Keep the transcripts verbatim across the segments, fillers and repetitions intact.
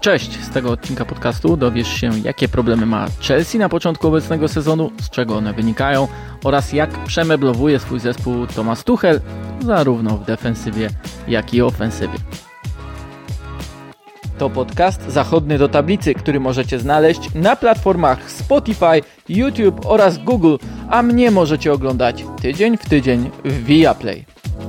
Cześć! Z tego odcinka podcastu dowiesz się, jakie problemy ma Chelsea na początku obecnego sezonu, z czego one wynikają oraz jak przemeblowuje swój zespół Thomas Tuchel, zarówno w defensywie, jak i ofensywie. To podcast zachodny do tablicy, który możecie znaleźć na platformach Spotify, YouTube oraz Google, a mnie możecie oglądać tydzień w tydzień w Viaplay.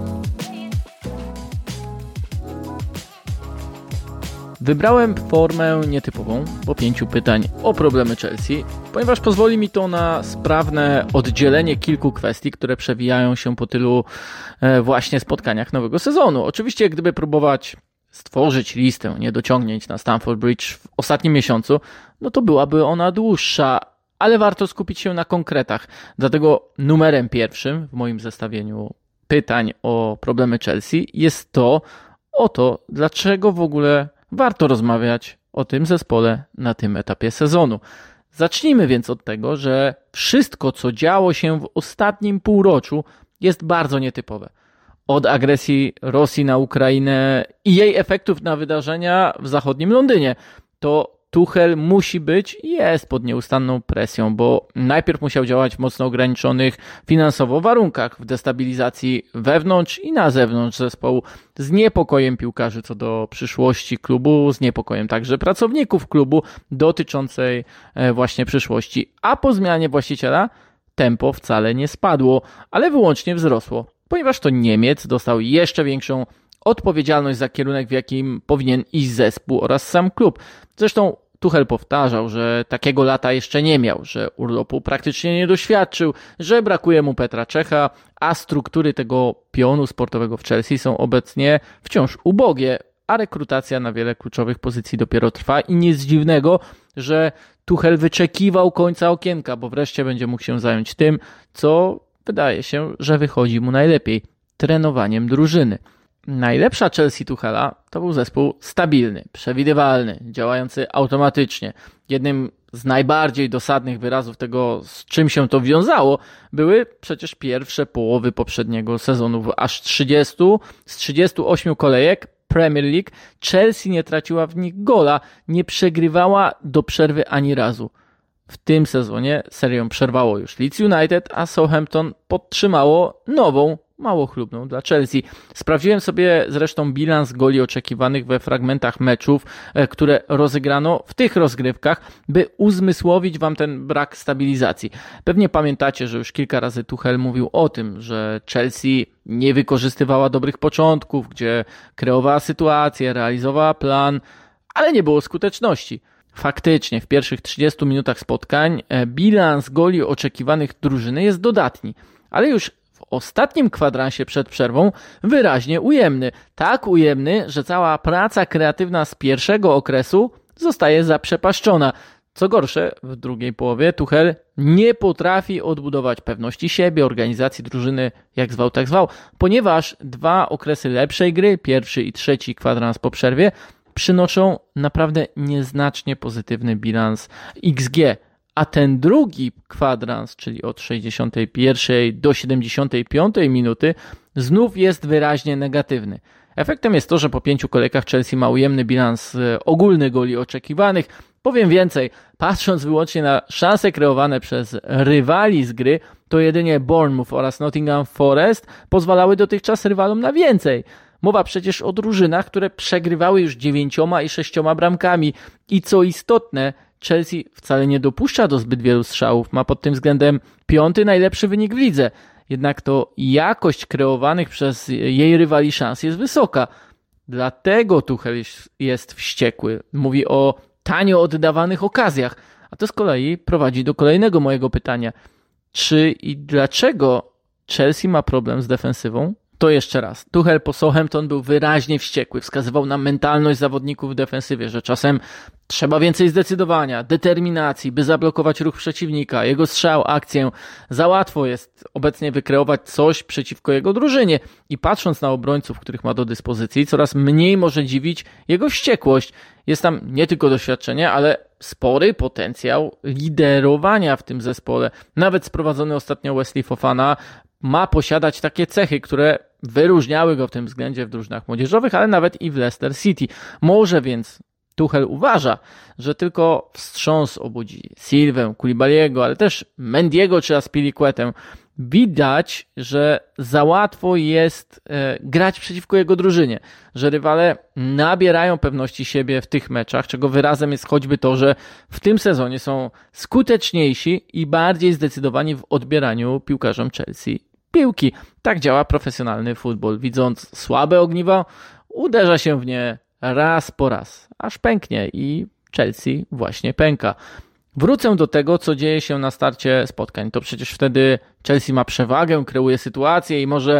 Wybrałem formę nietypową, po pięciu pytań o problemy Chelsea, ponieważ pozwoli mi to na sprawne oddzielenie kilku kwestii, które przewijają się po tylu właśnie spotkaniach nowego sezonu. Oczywiście gdyby próbować stworzyć listę niedociągnięć na Stamford Bridge w ostatnim miesiącu, no to byłaby ona dłuższa, ale warto skupić się na konkretach. Dlatego numerem pierwszym w moim zestawieniu pytań o problemy Chelsea jest to, o to, dlaczego w ogóle warto rozmawiać o tym zespole na tym etapie sezonu. Zacznijmy więc od tego, że wszystko, co działo się w ostatnim półroczu, jest bardzo nietypowe. Od agresji Rosji na Ukrainę i jej efektów na wydarzenia w zachodnim Londynie, to Tuchel musi być i jest pod nieustanną presją, bo najpierw musiał działać w mocno ograniczonych finansowo warunkach, w destabilizacji wewnątrz i na zewnątrz zespołu, z niepokojem piłkarzy co do przyszłości klubu, z niepokojem także pracowników klubu dotyczącej właśnie przyszłości. A po zmianie właściciela tempo wcale nie spadło, ale wyłącznie wzrosło, ponieważ to Niemiec dostał jeszcze większą odpowiedzialność za kierunek, w jakim powinien iść zespół oraz sam klub. Zresztą Tuchel powtarzał, że takiego lata jeszcze nie miał, że urlopu praktycznie nie doświadczył, że brakuje mu Petra Czecha, a struktury tego pionu sportowego w Chelsea są obecnie wciąż ubogie, a rekrutacja na wiele kluczowych pozycji dopiero trwa i nic dziwnego, że Tuchel wyczekiwał końca okienka, bo wreszcie będzie mógł się zająć tym, co wydaje się, że wychodzi mu najlepiej, trenowaniem drużyny. Najlepsza Chelsea Tuchela to był zespół stabilny, przewidywalny, działający automatycznie. Jednym z najbardziej dosadnych wyrazów tego, z czym się to wiązało, były przecież pierwsze połowy poprzedniego sezonu. W aż trzydziestu z trzydziestu ośmiu kolejek Premier League Chelsea nie traciła w nich gola, nie przegrywała do przerwy ani razu. W tym sezonie serię przerwało już Leeds United, a Southampton podtrzymało nową, mało chlubną dla Chelsea. Sprawdziłem sobie zresztą bilans goli oczekiwanych we fragmentach meczów, które rozegrano w tych rozgrywkach, by uzmysłowić wam ten brak stabilizacji. Pewnie pamiętacie, że już kilka razy Tuchel mówił o tym, że Chelsea nie wykorzystywała dobrych początków, gdzie kreowała sytuację, realizowała plan, ale nie było skuteczności. Faktycznie w pierwszych trzydziestu minutach spotkań bilans goli oczekiwanych drużyny jest dodatni, ale już w ostatnim kwadransie przed przerwą wyraźnie ujemny. Tak ujemny, że cała praca kreatywna z pierwszego okresu zostaje zaprzepaszczona. Co gorsze, w drugiej połowie Tuchel nie potrafi odbudować pewności siebie, organizacji drużyny, jak zwał, tak zwał, ponieważ dwa okresy lepszej gry, pierwszy i trzeci kwadrans po przerwie, przynoszą naprawdę nieznacznie pozytywny bilans X G. A ten drugi kwadrans, czyli od sześćdziesiątej pierwszej do siedemdziesiątej piątej minuty, znów jest wyraźnie negatywny. Efektem jest to, że po pięciu kolejkach Chelsea ma ujemny bilans ogólny goli oczekiwanych. Powiem więcej, patrząc wyłącznie na szanse kreowane przez rywali z gry, to jedynie Bournemouth oraz Nottingham Forest pozwalały dotychczas rywalom na więcej. Mowa przecież o drużynach, które przegrywały już dziewięcioma i sześcioma bramkami i co istotne, Chelsea wcale nie dopuszcza do zbyt wielu strzałów, ma pod tym względem piąty najlepszy wynik w lidze. Jednak to jakość kreowanych przez jej rywali szans jest wysoka. Dlatego Tuchel jest wściekły. Mówi o tanio oddawanych okazjach. A to z kolei prowadzi do kolejnego mojego pytania. Czy i dlaczego Chelsea ma problem z defensywą? To jeszcze raz. Tuchel po Southampton był wyraźnie wściekły. Wskazywał na mentalność zawodników w defensywie, że czasem trzeba więcej zdecydowania, determinacji, by zablokować ruch przeciwnika, jego strzał, akcję. Za łatwo jest obecnie wykreować coś przeciwko jego drużynie. I patrząc na obrońców, których ma do dyspozycji, coraz mniej może dziwić jego wściekłość. Jest tam nie tylko doświadczenie, ale spory potencjał liderowania w tym zespole. Nawet sprowadzony ostatnio Wesley Fofana ma posiadać takie cechy, które wyróżniały go w tym względzie w drużynach młodzieżowych, ale nawet i w Leicester City. Może więc Tuchel uważa, że tylko wstrząs obudzi Silvę, Koulibaly'ego, ale też Mendiego czy Azpilicuetę. Widać, że za łatwo jest e, grać przeciwko jego drużynie, że rywale nabierają pewności siebie w tych meczach, czego wyrazem jest choćby to, że w tym sezonie są skuteczniejsi i bardziej zdecydowani w odbieraniu piłkarzom Chelsea piłki. Tak działa profesjonalny futbol. Widząc słabe ogniwo, uderza się w nie raz po raz, aż pęknie i Chelsea właśnie pęka. Wrócę do tego, co dzieje się na starcie spotkań. To przecież wtedy Chelsea ma przewagę, kreuje sytuację i może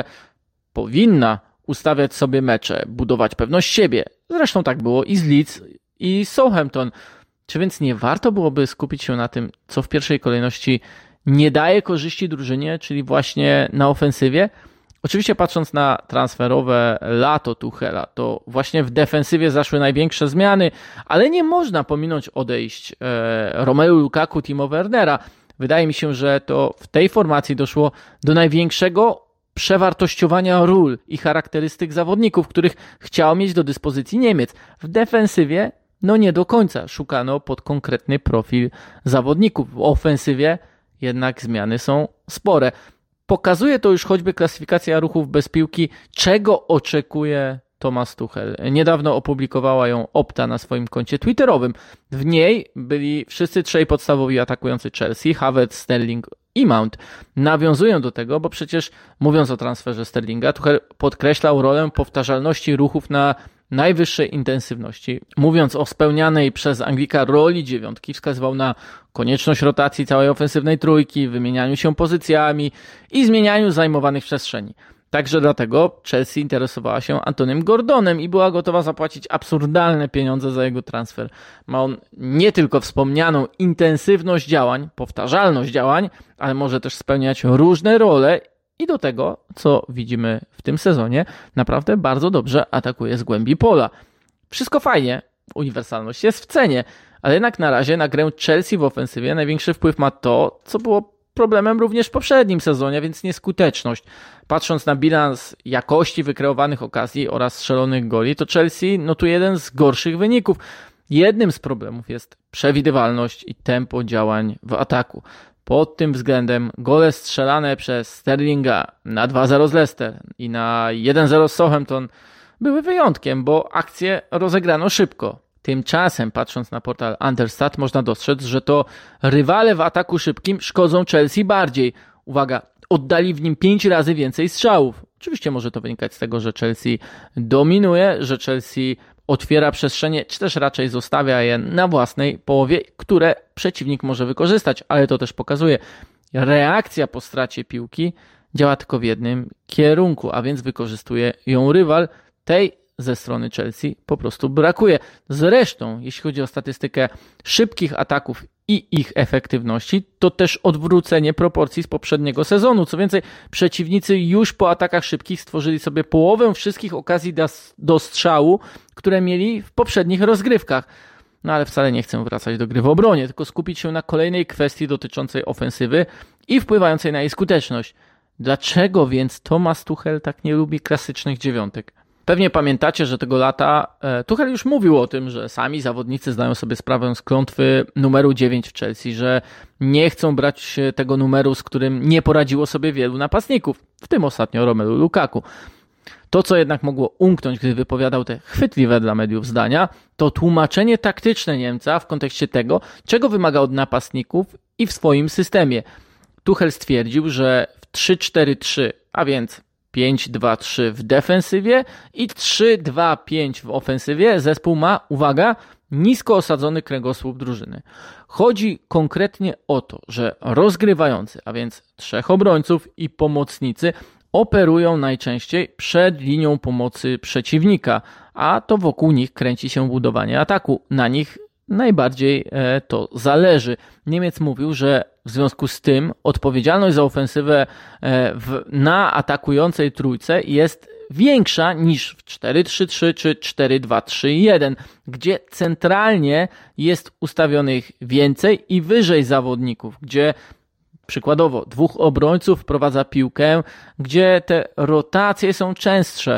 powinna ustawiać sobie mecze, budować pewność siebie. Zresztą tak było i z Leeds, i z Southampton. Czy więc nie warto byłoby skupić się na tym, co w pierwszej kolejności nie daje korzyści drużynie, czyli właśnie na ofensywie? Oczywiście patrząc na transferowe lato Tuchela, to właśnie w defensywie zaszły największe zmiany, ale nie można pominąć odejść e, Romelu Lukaku, Timo Wernera. Wydaje mi się, że to w tej formacji doszło do największego przewartościowania ról i charakterystyk zawodników, których chciał mieć do dyspozycji Niemiec. W defensywie no nie do końca szukano pod konkretny profil zawodników. W ofensywie jednak zmiany są spore. Pokazuje to już choćby klasyfikacja ruchów bez piłki, czego oczekuje Thomas Tuchel. Niedawno opublikowała ją Opta na swoim koncie twitterowym. W niej byli wszyscy trzej podstawowi atakujący Chelsea, Havertz, Sterling i Mount. Nawiązują do tego, bo przecież mówiąc o transferze Sterlinga, Tuchel podkreślał rolę powtarzalności ruchów na najwyższej intensywności. Mówiąc o spełnianej przez Anglika roli dziewiątki, wskazywał na konieczność rotacji całej ofensywnej trójki, wymienianiu się pozycjami i zmienianiu zajmowanych przestrzeni. Także dlatego Chelsea interesowała się Antonym Gordonem i była gotowa zapłacić absurdalne pieniądze za jego transfer. Ma on nie tylko wspomnianą intensywność działań, powtarzalność działań, ale może też spełniać różne role i do tego, co widzimy w tym sezonie, naprawdę bardzo dobrze atakuje z głębi pola. Wszystko fajnie, uniwersalność jest w cenie, ale jednak na razie na grę Chelsea w ofensywie największy wpływ ma to, co było problemem również w poprzednim sezonie, więc nieskuteczność. Patrząc na bilans jakości wykreowanych okazji oraz strzelonych goli, to Chelsea notuje jeden z gorszych wyników. Jednym z problemów jest przewidywalność i tempo działań w ataku. Pod tym względem gole strzelane przez Sterlinga na dwa zero z Leicester i na jeden zero z Southampton były wyjątkiem, bo akcje rozegrano szybko. Tymczasem, patrząc na portal Understat, można dostrzec, że to rywale w ataku szybkim szkodzą Chelsea bardziej. Uwaga, oddali w nim pięć razy więcej strzałów. Oczywiście może to wynikać z tego, że Chelsea dominuje, że Chelsea otwiera przestrzenie, czy też raczej zostawia je na własnej połowie, które przeciwnik może wykorzystać, ale to też pokazuje, reakcja po stracie piłki działa tylko w jednym kierunku, a więc wykorzystuje ją rywal. Tej ze strony Chelsea po prostu brakuje. Zresztą, jeśli chodzi o statystykę szybkich ataków i ich efektywności, to też odwrócenie proporcji z poprzedniego sezonu. Co więcej, przeciwnicy już po atakach szybkich stworzyli sobie połowę wszystkich okazji do, do strzału, które mieli w poprzednich rozgrywkach. No ale wcale nie chcę wracać do gry w obronie, tylko skupić się na kolejnej kwestii dotyczącej ofensywy i wpływającej na jej skuteczność. Dlaczego więc Thomas Tuchel tak nie lubi klasycznych dziewiątek? Pewnie pamiętacie, że tego lata e, Tuchel już mówił o tym, że sami zawodnicy zdają sobie sprawę z klątwy numeru dziewięć w Chelsea, że nie chcą brać tego numeru, z którym nie poradziło sobie wielu napastników, w tym ostatnio Romelu Lukaku. To, co jednak mogło umknąć, gdy wypowiadał te chwytliwe dla mediów zdania, to tłumaczenie taktyczne Niemca w kontekście tego, czego wymaga od napastników i w swoim systemie. Tuchel stwierdził, że w trzy cztery trzy, a więc pięć dwa trzy w defensywie i trzy dwa pięć w ofensywie zespół ma, uwaga, nisko osadzony kręgosłup drużyny. Chodzi konkretnie o to, że rozgrywający, a więc trzech obrońców i pomocnicy operują najczęściej przed linią pomocy przeciwnika, a to wokół nich kręci się budowanie ataku. Na nich najbardziej to zależy. Niemiec mówił, że w związku z tym odpowiedzialność za ofensywę w, na atakującej trójce jest większa niż w cztery trzy trzy czy cztery dwa trzy jeden, gdzie centralnie jest ustawionych więcej i wyżej zawodników, gdzie przykładowo dwóch obrońców wprowadza piłkę, gdzie te rotacje są częstsze.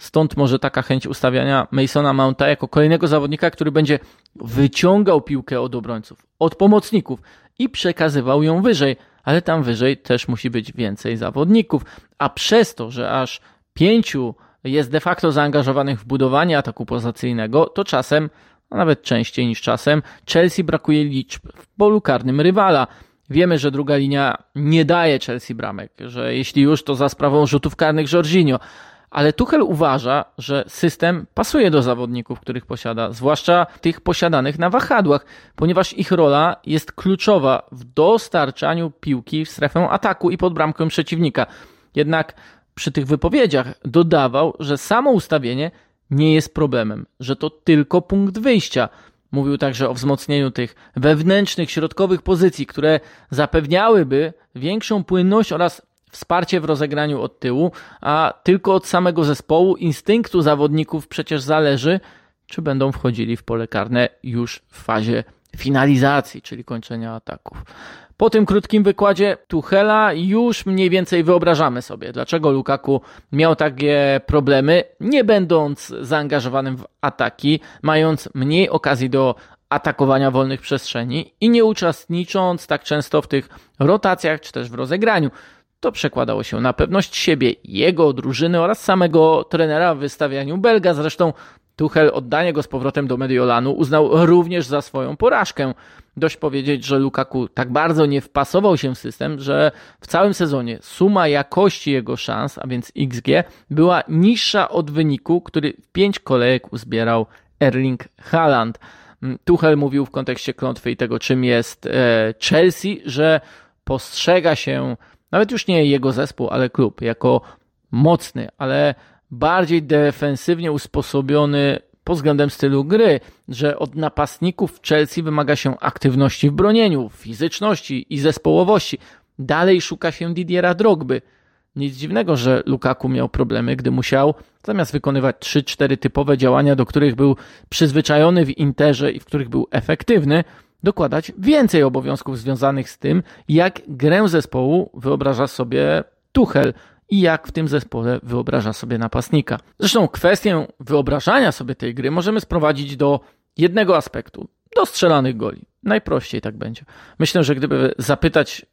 Stąd może taka chęć ustawiania Masona Mounta jako kolejnego zawodnika, który będzie wyciągał piłkę od obrońców, od pomocników i przekazywał ją wyżej, ale tam wyżej też musi być więcej zawodników, a przez to, że aż pięciu jest de facto zaangażowanych w budowanie ataku pozycyjnego, to czasem, a nawet częściej niż czasem, Chelsea brakuje liczb w polu karnym rywala. Wiemy, że druga linia nie daje Chelsea bramek, że jeśli już, to za sprawą rzutów karnych Jorginho, ale Tuchel uważa, że system pasuje do zawodników, których posiada, zwłaszcza tych posiadanych na wahadłach, ponieważ ich rola jest kluczowa w dostarczaniu piłki w strefę ataku i pod bramkę przeciwnika. Jednak przy tych wypowiedziach dodawał, że samo ustawienie nie jest problemem, że to tylko punkt wyjścia. Mówił także o wzmocnieniu tych wewnętrznych, środkowych pozycji, które zapewniałyby większą płynność oraz wsparcie w rozegraniu od tyłu, a tylko od samego zespołu, instynktu zawodników przecież zależy, czy będą wchodzili w pole karne już w fazie finalizacji, czyli kończenia ataków. Po tym krótkim wykładzie Tuchela już mniej więcej wyobrażamy sobie, dlaczego Lukaku miał takie problemy, nie będąc zaangażowanym w ataki, mając mniej okazji do atakowania wolnych przestrzeni i nie uczestnicząc tak często w tych rotacjach czy też w rozegraniu. To przekładało się na pewność siebie, jego drużyny oraz samego trenera w wystawianiu Belga. Zresztą Tuchel oddanie go z powrotem do Mediolanu uznał również za swoją porażkę. Dość powiedzieć, że Lukaku tak bardzo nie wpasował się w system, że w całym sezonie suma jakości jego szans, a więc X G, była niższa od wyniku, który w pięć kolejek uzbierał Erling Haaland. Tuchel mówił w kontekście klątwy i tego, czym jest Chelsea, że postrzega się nawet już nie jego zespół, ale klub jako mocny, ale bardziej defensywnie usposobiony pod względem stylu gry, że od napastników Chelsea wymaga się aktywności w bronieniu, fizyczności i zespołowości. Dalej szuka się Didiera Drogby. Nic dziwnego, że Lukaku miał problemy, gdy musiał zamiast wykonywać trzy cztery typowe działania, do których był przyzwyczajony w Interze i w których był efektywny, dokładać więcej obowiązków związanych z tym, jak grę zespołu wyobraża sobie Tuchel i jak w tym zespole wyobraża sobie napastnika. Zresztą kwestię wyobrażania sobie tej gry możemy sprowadzić do jednego aspektu, do strzelanych goli. Najprościej tak będzie. Myślę, że gdyby zapytać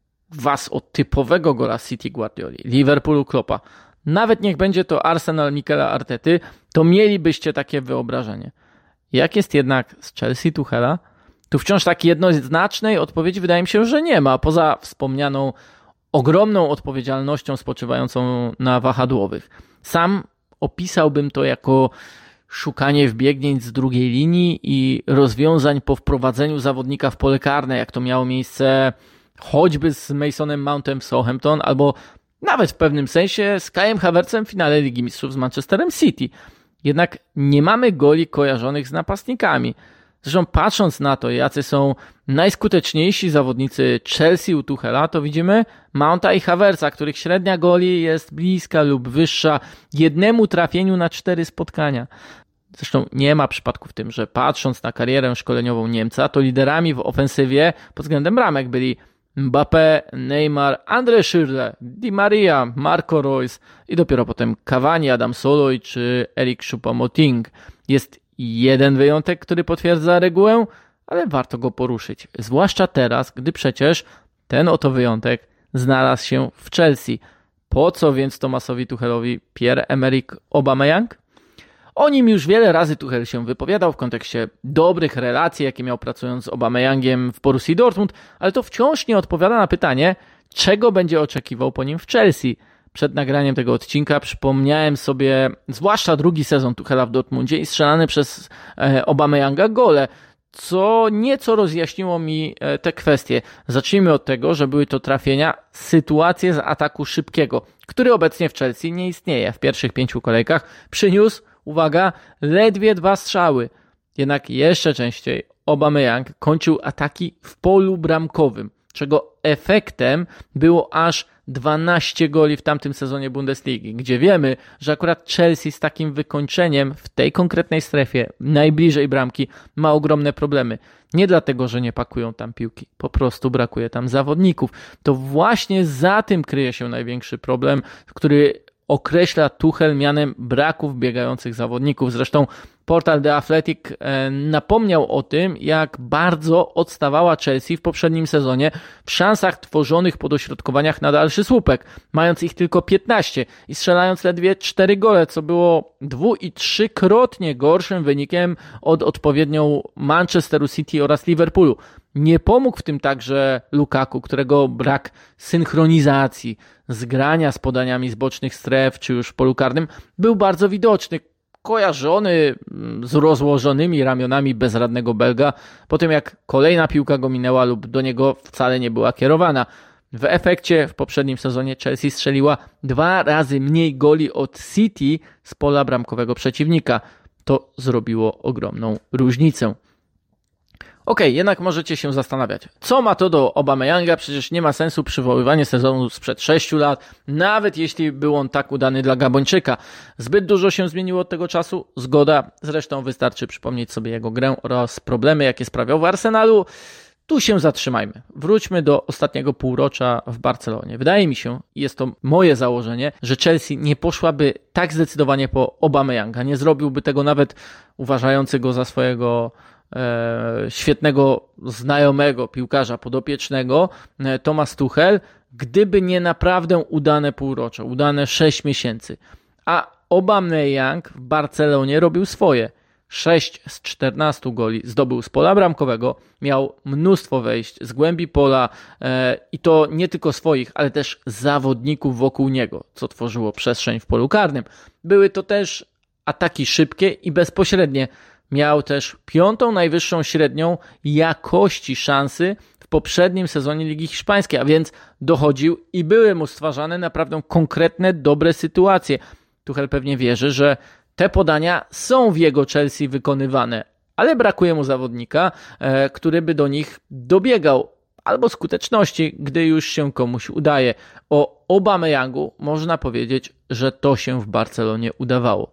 was o typowego gola City Guardioli, Liverpoolu Kloppa, nawet niech będzie to Arsenal Mikela Artety, to mielibyście takie wyobrażenie. Jak jest jednak z Chelsea Tuchela? Tu wciąż takiej jednoznacznej odpowiedzi wydaje mi się, że nie ma, poza wspomnianą ogromną odpowiedzialnością spoczywającą na wahadłowych. Sam opisałbym to jako szukanie wbiegnięć z drugiej linii i rozwiązań po wprowadzeniu zawodnika w pole karne, jak to miało miejsce choćby z Masonem Mountem w Southampton, albo nawet w pewnym sensie z Kajem Havertzem w finale Ligi Mistrzów z Manchesterem City. Jednak nie mamy goli kojarzonych z napastnikami. Zresztą patrząc na to, jacy są najskuteczniejsi zawodnicy Chelsea u Tuchela, to widzimy Mounta i Havertza, których średnia goli jest bliska lub wyższa jednemu trafieniu na cztery spotkania. Zresztą nie ma przypadku w tym, że patrząc na karierę szkoleniową Niemca, to liderami w ofensywie pod względem bramek byli Mbappé, Neymar, André Schürrle, Di Maria, Marco Reus i dopiero potem Cavani, Adam Soloy czy Eric Choupo-Moting. Jest jeden wyjątek, który potwierdza regułę, ale warto go poruszyć. Zwłaszcza teraz, gdy przecież ten oto wyjątek znalazł się w Chelsea. Po co więc Thomasowi Tuchelowi Pierre-Emerick Aubameyang? O nim już wiele razy Tuchel się wypowiadał w kontekście dobrych relacji, jakie miał pracując z Aubameyangiem w Borussii Dortmund, ale to wciąż nie odpowiada na pytanie, czego będzie oczekiwał po nim w Chelsea. Przed nagraniem tego odcinka przypomniałem sobie zwłaszcza drugi sezon Tuchela w Dortmundzie i strzelane przez e, Aubameyanga gole, co nieco rozjaśniło mi e, te kwestie. Zacznijmy od tego, że były to trafienia, sytuacje z ataku szybkiego, który obecnie w Chelsea nie istnieje. W pierwszych pięciu kolejkach przyniósł, uwaga, ledwie dwa strzały. Jednak jeszcze częściej Aubameyang kończył ataki w polu bramkowym, czego efektem było aż dwanaście goli w tamtym sezonie Bundesligi, gdzie wiemy, że akurat Chelsea z takim wykończeniem w tej konkretnej strefie, najbliżej bramki, ma ogromne problemy. Nie dlatego, że nie pakują tam piłki, po prostu brakuje tam zawodników. To właśnie za tym kryje się największy problem, który określa Tuchel mianem braków biegających zawodników. Zresztą portal The Athletic napomniał o tym, jak bardzo odstawała Chelsea w poprzednim sezonie w szansach tworzonych po dośrodkowaniach na dalszy słupek, mając ich tylko piętnaście i strzelając ledwie cztery gole, co było dwu- i trzykrotnie gorszym wynikiem od odpowiednio Manchesteru City oraz Liverpoolu. Nie pomógł w tym także Lukaku, którego brak synchronizacji, zgrania z podaniami z bocznych stref czy już w polu karnym był bardzo widoczny. Kojarzony z rozłożonymi ramionami bezradnego Belga, po tym jak kolejna piłka go minęła lub do niego wcale nie była kierowana. W efekcie w poprzednim sezonie Chelsea strzeliła dwa razy mniej goli od City z pola bramkowego przeciwnika. To zrobiło ogromną różnicę. Okej, okay, jednak możecie się zastanawiać, co ma to do Aubameyanga? Przecież nie ma sensu przywoływanie sezonu sprzed sześciu lat, nawet jeśli był on tak udany dla Gabończyka. Zbyt dużo się zmieniło od tego czasu, zgoda, zresztą wystarczy przypomnieć sobie jego grę oraz problemy, jakie sprawiał w Arsenalu. Tu się zatrzymajmy. Wróćmy do ostatniego półrocza w Barcelonie. Wydaje mi się, jest to moje założenie, że Chelsea nie poszłaby tak zdecydowanie po Aubameyanga. Nie zrobiłby tego nawet uważający go za swojego e, świetnego znajomego piłkarza podopiecznego e, Thomas Tuchel, gdyby nie naprawdę udane półrocze, udane sześć miesięcy. A Aubameyang w Barcelonie robił swoje. sześć z czternastu goli zdobył z pola bramkowego, miał mnóstwo wejść z głębi pola e, i to nie tylko swoich, ale też zawodników wokół niego, co tworzyło przestrzeń w polu karnym. Były to też ataki szybkie i bezpośrednie. Miał też piątą najwyższą średnią jakości szansy w poprzednim sezonie Ligi Hiszpańskiej, a więc dochodził i były mu stwarzane naprawdę konkretne, dobre sytuacje. Tuchel pewnie wierzy, że te podania są w jego Chelsea wykonywane, ale brakuje mu zawodnika, e, który by do nich dobiegał, albo skuteczności, gdy już się komuś udaje. O Aubameyangu można powiedzieć, że to się w Barcelonie udawało.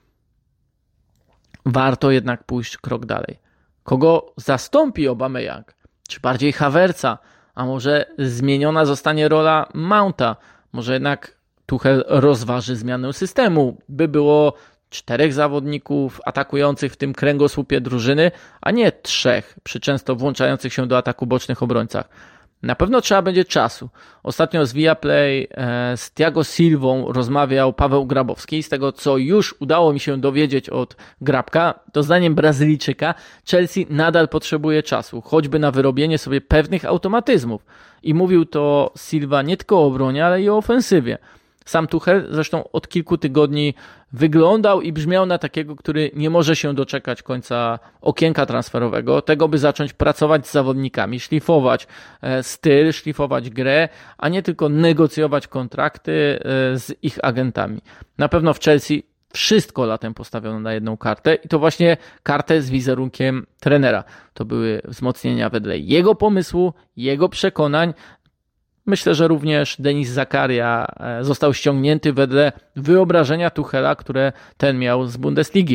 Warto jednak pójść krok dalej. Kogo zastąpi Aubameyang? Czy bardziej Havertza? A może zmieniona zostanie rola Mounta? Może jednak Tuchel rozważy zmianę systemu, by było czterech zawodników atakujących w tym kręgosłupie drużyny, a nie trzech, przy często włączających się do ataku bocznych obrońcach. Na pewno trzeba będzie czasu. Ostatnio z Viaplay e, z Thiago Silvą rozmawiał Paweł Grabowski i z tego, co już udało mi się dowiedzieć od Grabka, to zdaniem Brazylijczyka Chelsea nadal potrzebuje czasu, choćby na wyrobienie sobie pewnych automatyzmów. I mówił to Silva nie tylko o obronie, ale i o ofensywie. Sam Tuchel zresztą od kilku tygodni wyglądał i brzmiał na takiego, który nie może się doczekać końca okienka transferowego, tego by zacząć pracować z zawodnikami, szlifować styl, szlifować grę, a nie tylko negocjować kontrakty z ich agentami. Na pewno w Chelsea wszystko latem postawiono na jedną kartę i to właśnie kartę z wizerunkiem trenera. To były wzmocnienia wedle jego pomysłu, jego przekonań. Myślę, że również Denis Zakaria został ściągnięty wedle wyobrażenia Tuchela, które ten miał z Bundesligi.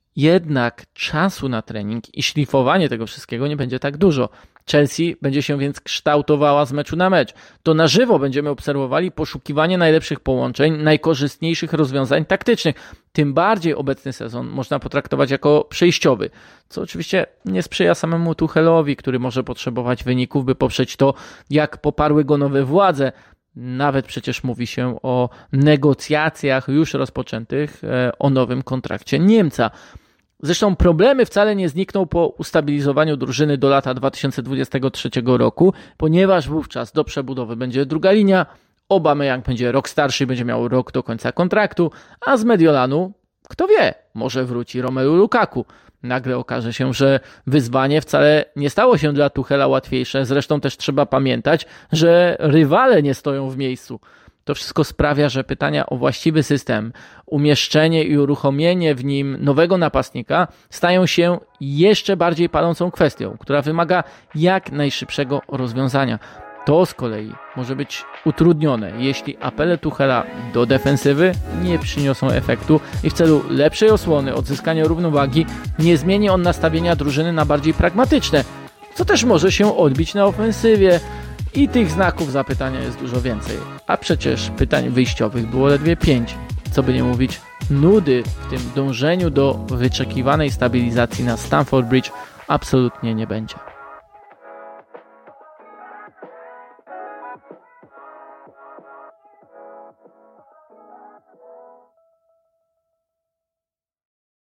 Jednak czasu na trening i szlifowanie tego wszystkiego nie będzie tak dużo. Chelsea będzie się więc kształtowała z meczu na mecz. To na żywo będziemy obserwowali poszukiwanie najlepszych połączeń, najkorzystniejszych rozwiązań taktycznych. Tym bardziej obecny sezon można potraktować jako przejściowy, co oczywiście nie sprzyja samemu Tuchelowi, który może potrzebować wyników, by poprzeć to, jak poparły go nowe władze. Nawet przecież mówi się o negocjacjach już rozpoczętych o nowym kontrakcie Niemca. Zresztą problemy wcale nie znikną po ustabilizowaniu drużyny do lata dwa tysiące dwudziestego trzeciego roku, ponieważ wówczas do przebudowy będzie druga linia, Aubameyang będzie rok starszy, będzie miał rok do końca kontraktu, a z Mediolanu, kto wie, może wróci Romelu Lukaku. Nagle okaże się, że wyzwanie wcale nie stało się dla Tuchela łatwiejsze, zresztą też trzeba pamiętać, że rywale nie stoją w miejscu. To wszystko sprawia, że pytania o właściwy system, umieszczenie i uruchomienie w nim nowego napastnika stają się jeszcze bardziej palącą kwestią, która wymaga jak najszybszego rozwiązania. To z kolei może być utrudnione, jeśli apele Tuchela do defensywy nie przyniosą efektu i w celu lepszej osłony, odzyskania równowagi nie zmieni on nastawienia drużyny na bardziej pragmatyczne, co też może się odbić na ofensywie. I tych znaków zapytania jest dużo więcej, a przecież pytań wyjściowych było ledwie pięć. co by nie mówić, nudy w tym dążeniu do wyczekiwanej stabilizacji na Stamford Bridge absolutnie nie będzie.